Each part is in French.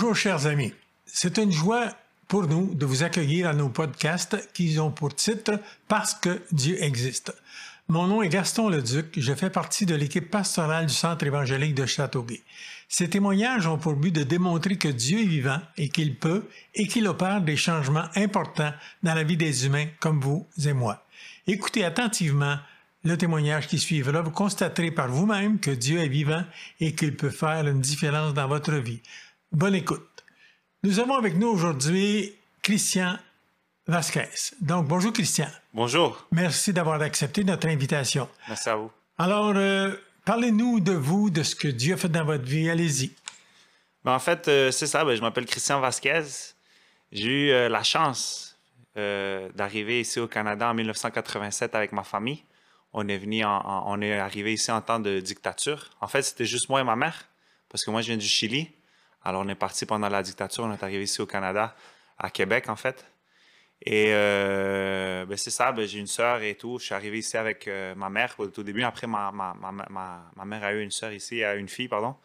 Bonjour, chers amis. C'est une joie pour nous de vous accueillir à nos podcasts qui ont pour titre « Parce que Dieu existe ». Mon nom est Gaston Leduc, je fais partie de l'équipe pastorale du Centre évangélique de Châteauguay. Ces témoignages ont pour but de démontrer que Dieu est vivant et qu'il peut et qu'il opère des changements importants dans la vie des humains comme vous et moi. Écoutez attentivement le témoignage qui suivra, vous constaterez par vous-même que Dieu est vivant et qu'il peut faire une différence dans votre vie. Bonne écoute. Nous avons avec nous aujourd'hui Christian Vasquez. Donc, bonjour Christian. Bonjour. Merci d'avoir accepté notre invitation. Merci à vous. Alors, parlez-nous de vous, de ce que Dieu a fait dans votre vie. Allez-y. En fait, c'est ça. Je m'appelle Christian Vasquez. J'ai eu la chance d'arriver ici au Canada en 1987 avec ma famille. On est arrivé ici en temps de dictature. En fait, c'était juste moi et ma mère, parce que moi, je viens du Chili. Alors, on est parti pendant la dictature. On est arrivé ici au Canada, à Québec, en fait. Et c'est ça, j'ai une sœur et tout. Je suis arrivé ici avec ma mère au tout début. Après, ma mère a eu une sœur ici, a une fille, pardon.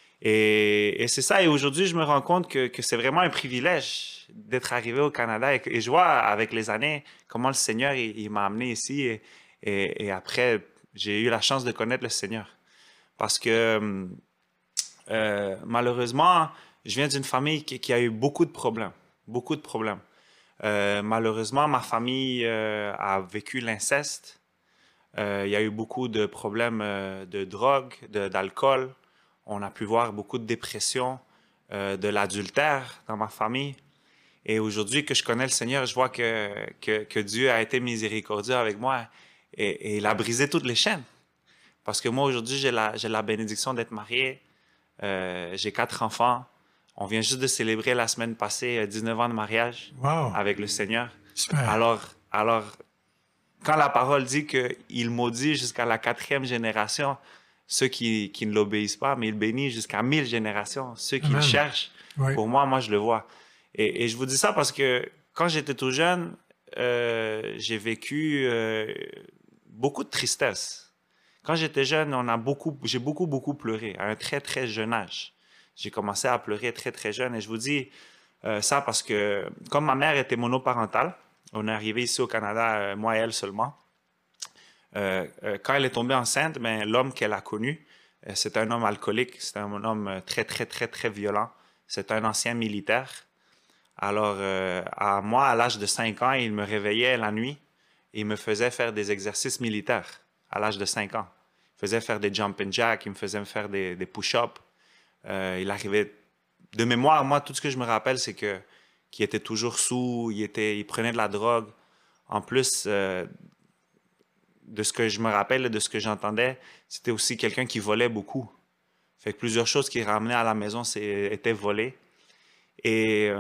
Et c'est ça. Et aujourd'hui, je me rends compte que c'est vraiment un privilège d'être arrivé au Canada. Et je vois avec les années comment le Seigneur il m'a amené ici. Et après, j'ai eu la chance de connaître le Seigneur. Parce que malheureusement, je viens d'une famille qui a eu beaucoup de problèmes. Beaucoup de problèmes. Malheureusement, ma famille a vécu l'inceste. Il y a eu beaucoup de problèmes de drogue, d'alcool. On a pu voir beaucoup de dépression, de l'adultère dans ma famille. Et aujourd'hui que je connais le Seigneur, je vois que Dieu a été miséricordieux avec moi et il a brisé toutes les chaînes. Parce que moi, aujourd'hui, j'ai la bénédiction d'être marié. J'ai 4 enfants. On vient juste de célébrer la semaine passée 19 ans de mariage avec le Seigneur. Super. Alors, quand la parole dit qu'il maudit jusqu'à la 4e génération ceux qui ne l'obéissent pas, mais il bénit jusqu'à 1000 générations ceux qui le cherchent, pour moi, je le vois. Et je vous dis ça parce que quand j'étais tout jeune, j'ai vécu beaucoup de tristesse. Quand j'étais jeune, j'ai beaucoup pleuré à un très, très jeune âge. J'ai commencé à pleurer très, très jeune. Et je vous dis ça parce que, comme ma mère était monoparentale, on est arrivé ici au Canada, moi et elle seulement. Quand elle est tombée enceinte, l'homme qu'elle a connu, c'était un homme alcoolique, c'était un homme très, très, très, très violent. C'était un ancien militaire. Alors, à l'âge de 5 ans, il me réveillait la nuit et il me faisait faire des exercices militaires à l'âge de 5 ans. Il faisait faire des jumping jacks, il me faisait faire des push-ups. Il arrivait... De mémoire, moi, tout ce que je me rappelle, c'est qu'il était toujours saoul, il prenait de la drogue. En plus, de ce que je me rappelle, de ce que j'entendais, c'était aussi quelqu'un qui volait beaucoup. Fait que plusieurs choses qu'il ramenait à la maison étaient volées. Et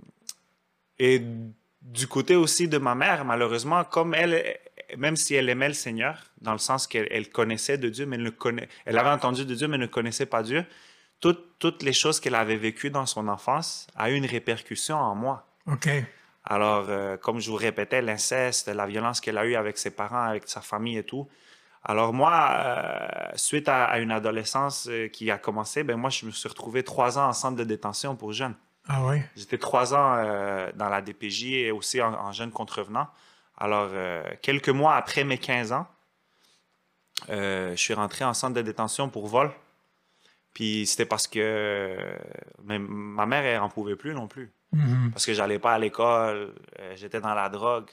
du côté aussi de ma mère, malheureusement, comme elle, même si elle aimait le Seigneur, dans le sens qu'elle connaissait de Dieu, mais elle avait entendu de Dieu, mais ne connaissait pas Dieu, toutes les choses qu'elle avait vécues dans son enfance a eu une répercussion en moi. OK. Alors, comme je vous répétais, l'inceste, la violence qu'elle a eue avec ses parents, avec sa famille et tout. Alors moi, suite à une adolescence qui a commencé, moi, je me suis retrouvé 3 ans en centre de détention pour jeunes. Ah oui? J'étais 3 ans dans la DPJ et aussi en jeune contrevenant. Alors, quelques mois après mes 15 ans, je suis rentré en centre de détention pour vol. Puis c'était parce que ma mère, elle n'en pouvait plus non plus. Mm-hmm. Parce que j'allais pas à l'école, j'étais dans la drogue.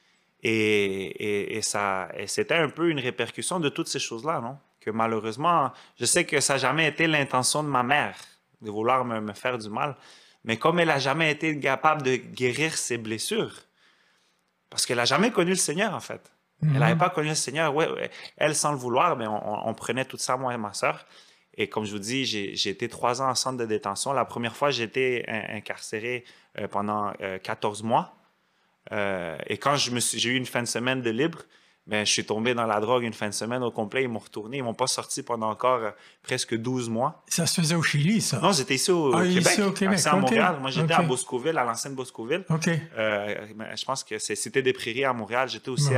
Et c'était un peu une répercussion de toutes ces choses-là, non? Que malheureusement, je sais que ça n'a jamais été l'intention de ma mère de vouloir me faire du mal. Mais comme elle n'a jamais été capable de guérir ses blessures, parce qu'elle n'a jamais connu le Seigneur, en fait. Mm-hmm. Elle n'avait pas connu le Seigneur. Ouais, elle, sans le vouloir, on prenait tout ça, moi et ma soeur. Et comme je vous dis, j'ai été 3 ans en centre de détention. La première fois, j'ai été incarcéré pendant 14 mois. Et quand j'ai eu une fin de semaine de libre, je suis tombé dans la drogue une fin de semaine au complet. Ils m'ont retourné. Ils ne m'ont pas sorti pendant encore presque 12 mois. Ça se faisait au Chili, ça? Non, j'étais ici au Québec. Ici au Québec. Ici à Montréal. Moi, j'étais à Boscoville, à l'ancienne Boscoville. OK. Je pense que c'est Cité des Prairies à Montréal. J'étais aussi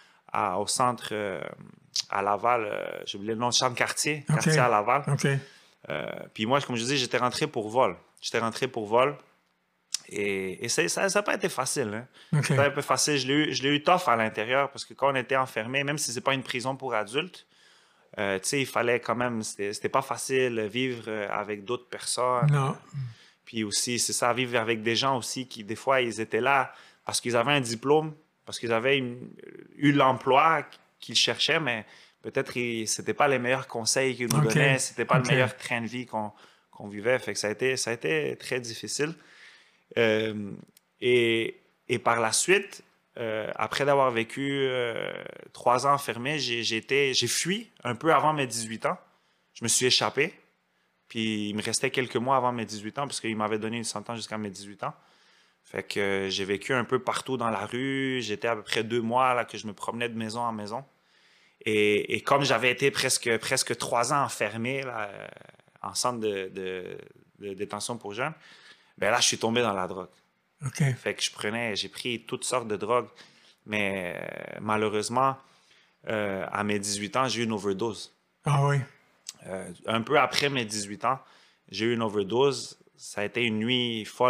au centre... à Laval, j'ai oublié le nom, Chambre-Cartier, quartier à Laval. OK. Puis moi, comme je dis, j'étais rentré pour vol. J'étais rentré pour vol. Et ça n'a pas été facile. Hein? Okay. C'était un peu facile. Je l'ai eu tough à l'intérieur parce que quand on était enfermé, même si ce n'est pas une prison pour adultes, il fallait quand même... C'était pas facile vivre avec d'autres personnes. Non. Puis aussi, c'est ça, vivre avec des gens aussi qui, des fois, ils étaient là parce qu'ils avaient un diplôme, parce qu'ils avaient eu l'emploi qu'ils cherchaient, mais peut-être que c'était pas les meilleurs conseils qu'ils nous donnaient, c'était pas le meilleur train de vie qu'on vivait. Fait que ça a été très difficile. Et par la suite, après d'avoir vécu 3 ans enfermé, j'ai fui un peu avant mes 18 ans. Je me suis échappé. Puis il me restait quelques mois avant mes 18 ans parce qu'il m'avait donné une sentence jusqu'à mes 18 ans. Fait que j'ai vécu un peu partout dans la rue. J'étais à peu près 2 mois là, que je me promenais de maison en maison. Et comme j'avais été presque 3 ans enfermé là, en centre de détention pour jeunes, ben là, je suis tombé dans la drogue. Okay. Fait que j'ai pris toutes sortes de drogues. Mais malheureusement, à mes 18 ans, j'ai eu une overdose. Ah oui? Un peu après mes 18 ans, j'ai eu une overdose. Ça a été une nuit folle,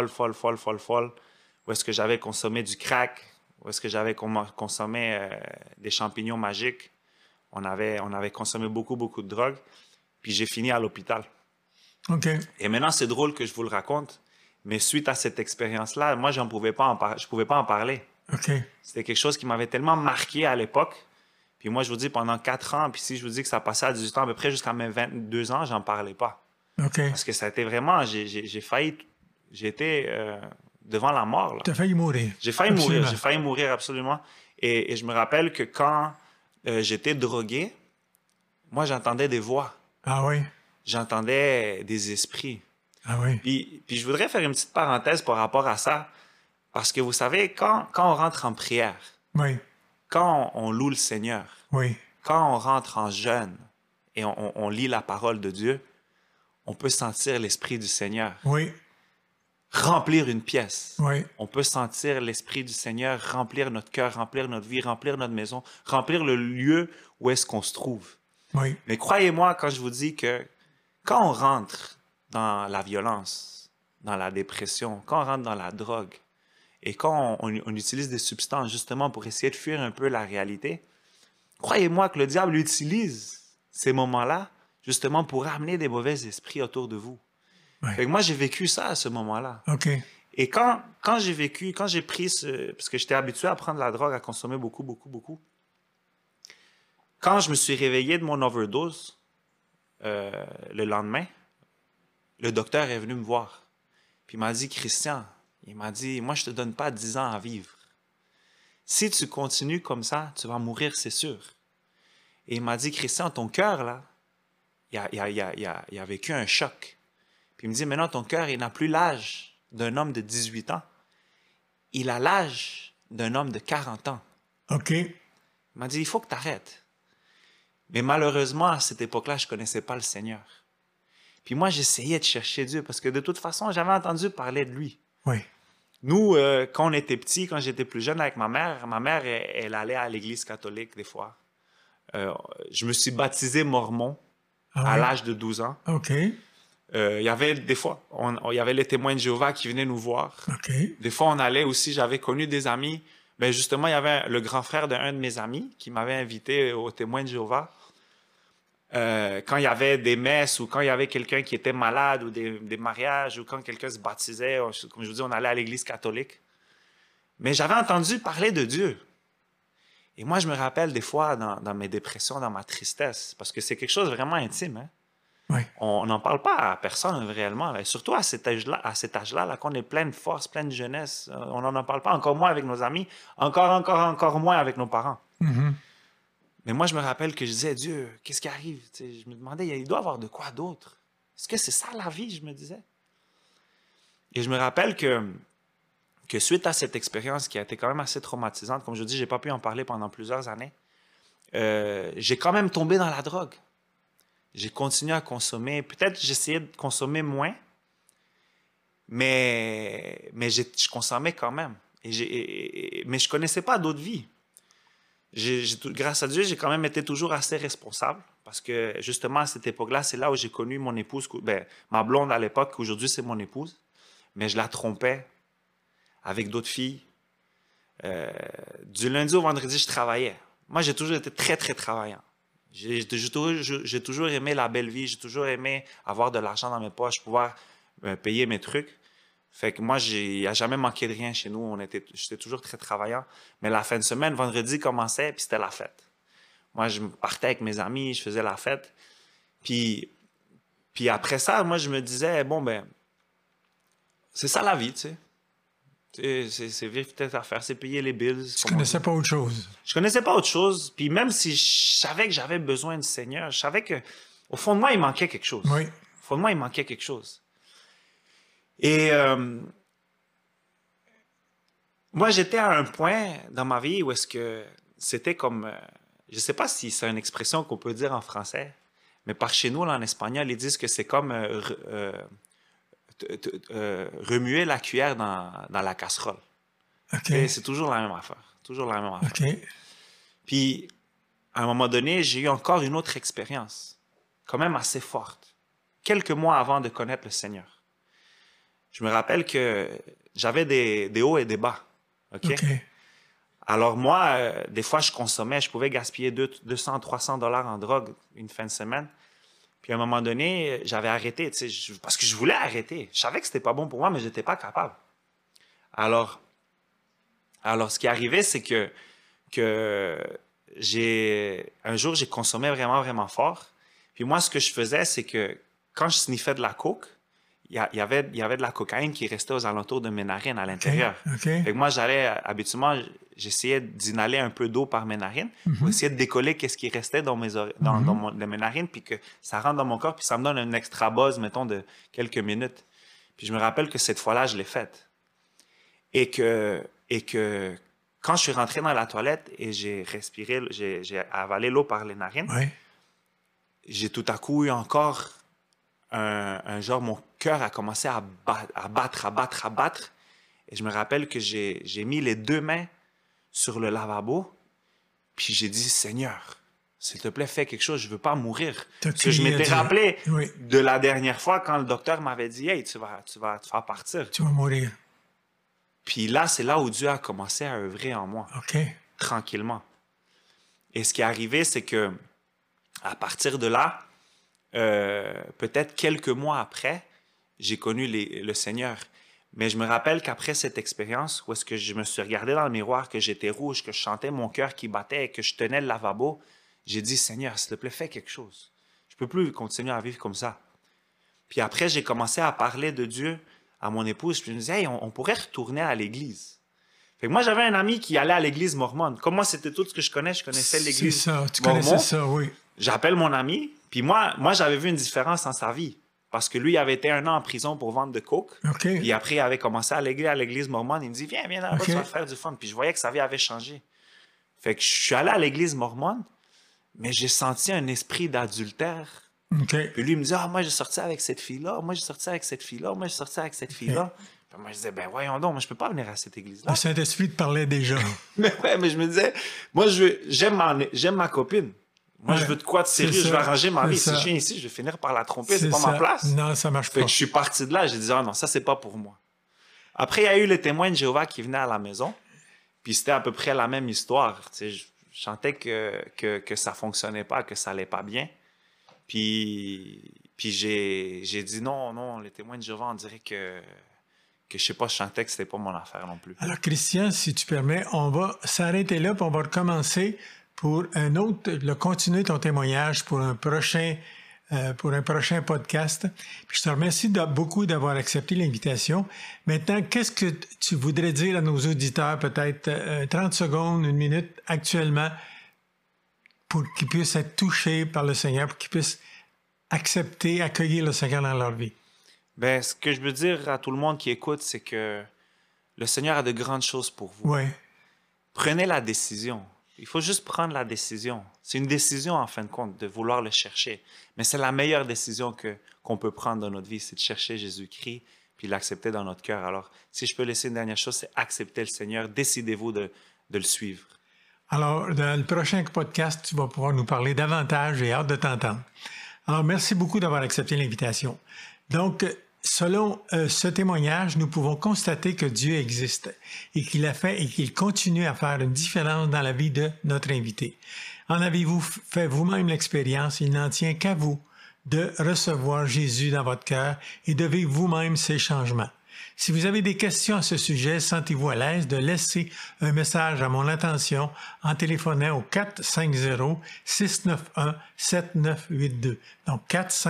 où est-ce que j'avais consommé du crack, où est-ce que j'avais consommé des champignons magiques. On avait consommé beaucoup de drogue. Puis j'ai fini à l'hôpital. Okay. Et maintenant, c'est drôle que je vous le raconte, mais suite à cette expérience-là, moi, je ne pouvais pas en parler. Okay. C'était quelque chose qui m'avait tellement marqué à l'époque. Puis moi, je vous dis, pendant 4 ans, puis si je vous dis que ça passait à 18 ans, à peu près jusqu'à mes 22 ans, j'en parlais pas. Okay. Parce que ça a été vraiment... J'ai été devant la mort. Là. Tu as failli mourir. J'ai failli mourir, absolument. Et je me rappelle que quand j'étais drogué, moi, j'entendais des voix. Ah oui? J'entendais des esprits. Ah oui? Puis je voudrais faire une petite parenthèse par rapport à ça. Parce que vous savez, quand on rentre en prière, oui. Quand on loue le Seigneur, oui. Quand on rentre en jeûne et on lit la parole de Dieu, on peut sentir l'Esprit du Seigneur oui. remplir une pièce. Oui. On peut sentir l'Esprit du Seigneur remplir notre cœur, remplir notre vie, remplir notre maison, remplir le lieu où est-ce qu'on se trouve. Oui. Mais croyez-moi quand je vous dis que quand on rentre dans la violence, dans la dépression, quand on rentre dans la drogue, et quand on utilise des substances justement pour essayer de fuir un peu la réalité, croyez-moi que le diable utilise ces moments-là justement pour amener des mauvais esprits autour de vous. Ouais. Fait que moi, j'ai vécu ça à ce moment-là. Okay. Et quand j'ai pris parce que j'étais habitué à prendre la drogue, à consommer beaucoup, quand je me suis réveillé de mon overdose, le lendemain, le docteur est venu me voir. Puis il m'a dit, Christian, il m'a dit, moi, je te donne pas 10 ans à vivre. Si tu continues comme ça, tu vas mourir, c'est sûr. Et il m'a dit, Christian, ton cœur, là, il a vécu un choc. Puis il me dit, maintenant, ton cœur, il n'a plus l'âge d'un homme de 18 ans. Il a l'âge d'un homme de 40 ans. OK. Il m'a dit, il faut que tu arrêtes. Mais malheureusement, à cette époque-là, je ne connaissais pas le Seigneur. Puis moi, j'essayais de chercher Dieu parce que de toute façon, j'avais entendu parler de lui. Oui. Nous, quand on était petits, quand j'étais plus jeune avec ma mère, elle allait à l'église catholique des fois. Je me suis baptisé mormon à l'âge de 12 ans. OK. Il y avait des fois, il y avait les témoins de Jéhovah qui venaient nous voir. OK. Des fois, on allait aussi, j'avais connu des amis. Ben justement, il y avait le grand frère d'un de mes amis qui m'avait invité aux témoins de Jéhovah. Quand il y avait des messes ou quand il y avait quelqu'un qui était malade ou des mariages ou quand quelqu'un se baptisait, comme je vous dis, on allait à l'église catholique. Mais j'avais entendu parler de Dieu. Et moi, je me rappelle des fois dans mes dépressions, dans ma tristesse, parce que c'est quelque chose de vraiment intime. Hein? Oui. On n'en parle pas à personne réellement, là. Surtout à cet âge-là, là, qu'on est plein de force, plein de jeunesse. On n'en parle pas, encore moins avec nos amis, encore moins avec nos parents. Mm-hmm. Mais moi, je me rappelle que je disais, Dieu, qu'est-ce qui arrive? Je me demandais, il doit y avoir de quoi d'autre? Est-ce que c'est ça la vie, je me disais? Et je me rappelle que suite à cette expérience qui a été quand même assez traumatisante, comme je dis, je n'ai pas pu en parler pendant plusieurs années, j'ai quand même tombé dans la drogue. J'ai continué à consommer. Peut-être j'essayais de consommer moins, mais je consommais quand même. Mais je ne connaissais pas d'autre vie. Grâce à Dieu, j'ai quand même été toujours assez responsable Parce que justement, à cette époque-là, c'est là où j'ai connu mon épouse, ma blonde à l'époque, aujourd'hui c'est mon épouse. Mais je la trompais avec d'autres filles. Du lundi au vendredi, je travaillais. Moi, j'ai toujours été très, très travaillant. J'ai toujours aimé la belle vie. J'ai toujours aimé avoir de l'argent dans mes poches, pouvoir payer mes trucs. Fait que moi, il n'y a jamais manqué de rien chez nous. J'étais toujours très travaillant. Mais la fin de semaine, vendredi commençait, puis c'était la fête. Moi, je partais avec mes amis, je faisais la fête. Puis après ça, moi, je me disais, bon, ben, c'est ça la vie, tu sais. C'est vivre peut-être à faire, c'est payer les bills. Tu connaissais pas autre chose. Je connaissais pas autre chose. Puis même si je savais que j'avais besoin du Seigneur, je savais que au fond de moi, il manquait quelque chose. Oui. Au fond de moi, il manquait quelque chose. Et moi, j'étais à un point dans ma vie où est-ce que c'était comme... je sais pas si c'est une expression qu'on peut dire en français, mais par chez nous, là, en espagnol, ils disent que c'est comme... remuer la cuillère dans la casserole. Okay. C'est toujours la même affaire. Toujours la même affaire. Okay. Puis, à un moment donné, j'ai eu encore une autre expérience, quand même assez forte, quelques mois avant de connaître le Seigneur. Je me rappelle que j'avais des hauts et des bas. Okay? Alors moi, des fois, je consommais, je pouvais gaspiller 200, 300 $ en drogue une fin de semaine. Puis à un moment donné, j'avais arrêté, parce que je voulais arrêter. Je savais que c'était pas bon pour moi, mais je n'étais pas capable. Alors, ce qui est arrivé, c'est que un jour, j'ai consommé vraiment, vraiment fort. Puis moi, ce que je faisais, c'est que quand je sniffais de la coke, il y avait de la cocaïne qui restait aux alentours de mes narines à l'intérieur. Okay. Fait que moi, habituellement, j'essayais d'inhaler un peu d'eau par mes narines pour essayer de décoller qu'est-ce qui restait dans mes narines, puis que ça rentre dans mon corps, puis ça me donne un extra buzz, mettons, de quelques minutes. Puis je me rappelle que cette fois-là, je l'ai faite. Et que quand je suis rentré dans la toilette et j'ai respiré, j'ai avalé l'eau par les narines, j'ai tout à coup eu encore un genre, mon cœur a commencé à battre. Et je me rappelle que j'ai mis les 2 mains sur le lavabo, puis j'ai dit, Seigneur, s'il te plaît, fais quelque chose, je veux pas mourir. Parce que je m'étais rappelé de la dernière fois quand le docteur m'avait dit, hey, tu vas te faire partir. Tu vas mourir. Puis là, c'est là où Dieu a commencé à œuvrer en moi. Tranquillement. Et ce qui est arrivé, c'est que à partir de là, peut-être quelques mois après, j'ai connu le Seigneur. Mais je me rappelle qu'après cette expérience, où est-ce que je me suis regardé dans le miroir, que j'étais rouge, que je sentais mon cœur qui battait et que je tenais le lavabo, j'ai dit, Seigneur, s'il te plaît, fais quelque chose. Je ne peux plus continuer à vivre comme ça. Puis après, j'ai commencé à parler de Dieu à mon épouse. Puis je me disais, hey, on pourrait retourner à l'église. Fait que moi, j'avais un ami qui allait à l'église mormone. Comme moi, c'était tout ce que je connaissais l'église mormone. C'est ça, tu connaissais ça, oui. J'appelle mon ami, puis moi j'avais vu une différence dans sa vie. Parce que lui, il avait été 1 an en prison pour vendre de coke. Puis après, il avait commencé à l'église mormone. Il me dit, viens là-bas, tu vas faire du fun. Puis je voyais que sa vie avait changé. Fait que je suis allé à l'église mormone, mais j'ai senti un esprit d'adultère. Puis lui, il me dit, moi, j'ai sorti avec cette fille-là. Moi, j'ai sorti avec cette fille-là. Moi, j'ai sorti avec cette fille-là. Puis moi, je disais, ben voyons donc, moi, je peux pas venir à cette église-là. Le Saint-Esprit te parlait déjà. mais je me disais, moi, j'aime ma copine. Moi, je veux de quoi de sérieux, je veux arranger ma vie. Si je viens ici, je vais finir par la tromper, c'est pas ma place. Non, ça marche pas. Fait que je suis parti de là, j'ai dit, non, ça, c'est pas pour moi. Après, il y a eu les témoins de Jéhovah qui venaient à la maison, puis c'était à peu près la même histoire. Je sentais que ça fonctionnait pas, que ça allait pas bien. Puis j'ai dit, non, les témoins de Jéhovah, on dirait que je sais pas, je sentais que c'était pas mon affaire non plus. Alors, Christian, si tu permets, on va s'arrêter là, puis on va recommencer pour continuer ton témoignage pour un prochain podcast. Puis je te remercie beaucoup d'avoir accepté l'invitation. Maintenant, qu'est-ce que tu voudrais dire à nos auditeurs, peut-être 30 secondes, 1 minute, actuellement, pour qu'ils puissent être touchés par le Seigneur, pour qu'ils puissent accueillir le Seigneur dans leur vie? Bien, ce que je veux dire à tout le monde qui écoute, c'est que le Seigneur a de grandes choses pour vous. Oui. Prenez la décision. Il faut juste prendre la décision. C'est une décision, en fin de compte, de vouloir le chercher. Mais c'est la meilleure décision qu'on peut prendre dans notre vie, c'est de chercher Jésus-Christ puis l'accepter dans notre cœur. Alors, si je peux laisser une dernière chose, c'est accepter le Seigneur. Décidez-vous de le suivre. Alors, dans le prochain podcast, tu vas pouvoir nous parler davantage. J'ai hâte de t'entendre. Alors, merci beaucoup d'avoir accepté l'invitation. Donc, selon ce témoignage, nous pouvons constater que Dieu existe et qu'il a fait et qu'il continue à faire une différence dans la vie de notre invité. En avez-vous fait vous-même l'expérience? Il n'en tient qu'à vous de recevoir Jésus dans votre cœur et de vivre vous-même ces changements. Si vous avez des questions à ce sujet, sentez-vous à l'aise de laisser un message à mon attention en téléphonant au 450-691-7982. Donc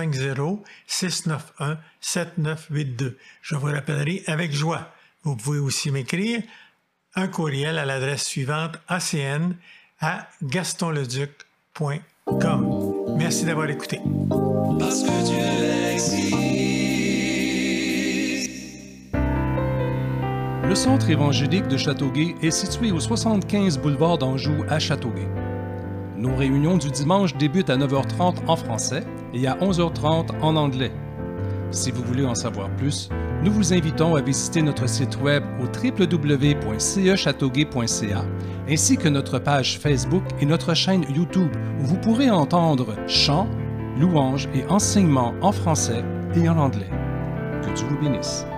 450-691-7982. Je vous rappellerai avec joie. Vous pouvez aussi m'écrire un courriel à l'adresse suivante acn@gastonleduc.com. Merci d'avoir écouté. Parce que Dieu existe. Le centre évangélique de Châteauguay est situé au 75 boulevard d'Anjou à Châteauguay. Nos réunions du dimanche débutent à 9h30 en français et à 11h30 en anglais. Si vous voulez en savoir plus, nous vous invitons à visiter notre site web au www.cechateauguay.ca ainsi que notre page Facebook et notre chaîne YouTube où vous pourrez entendre chants, louanges et enseignements en français et en anglais. Que Dieu vous bénisse.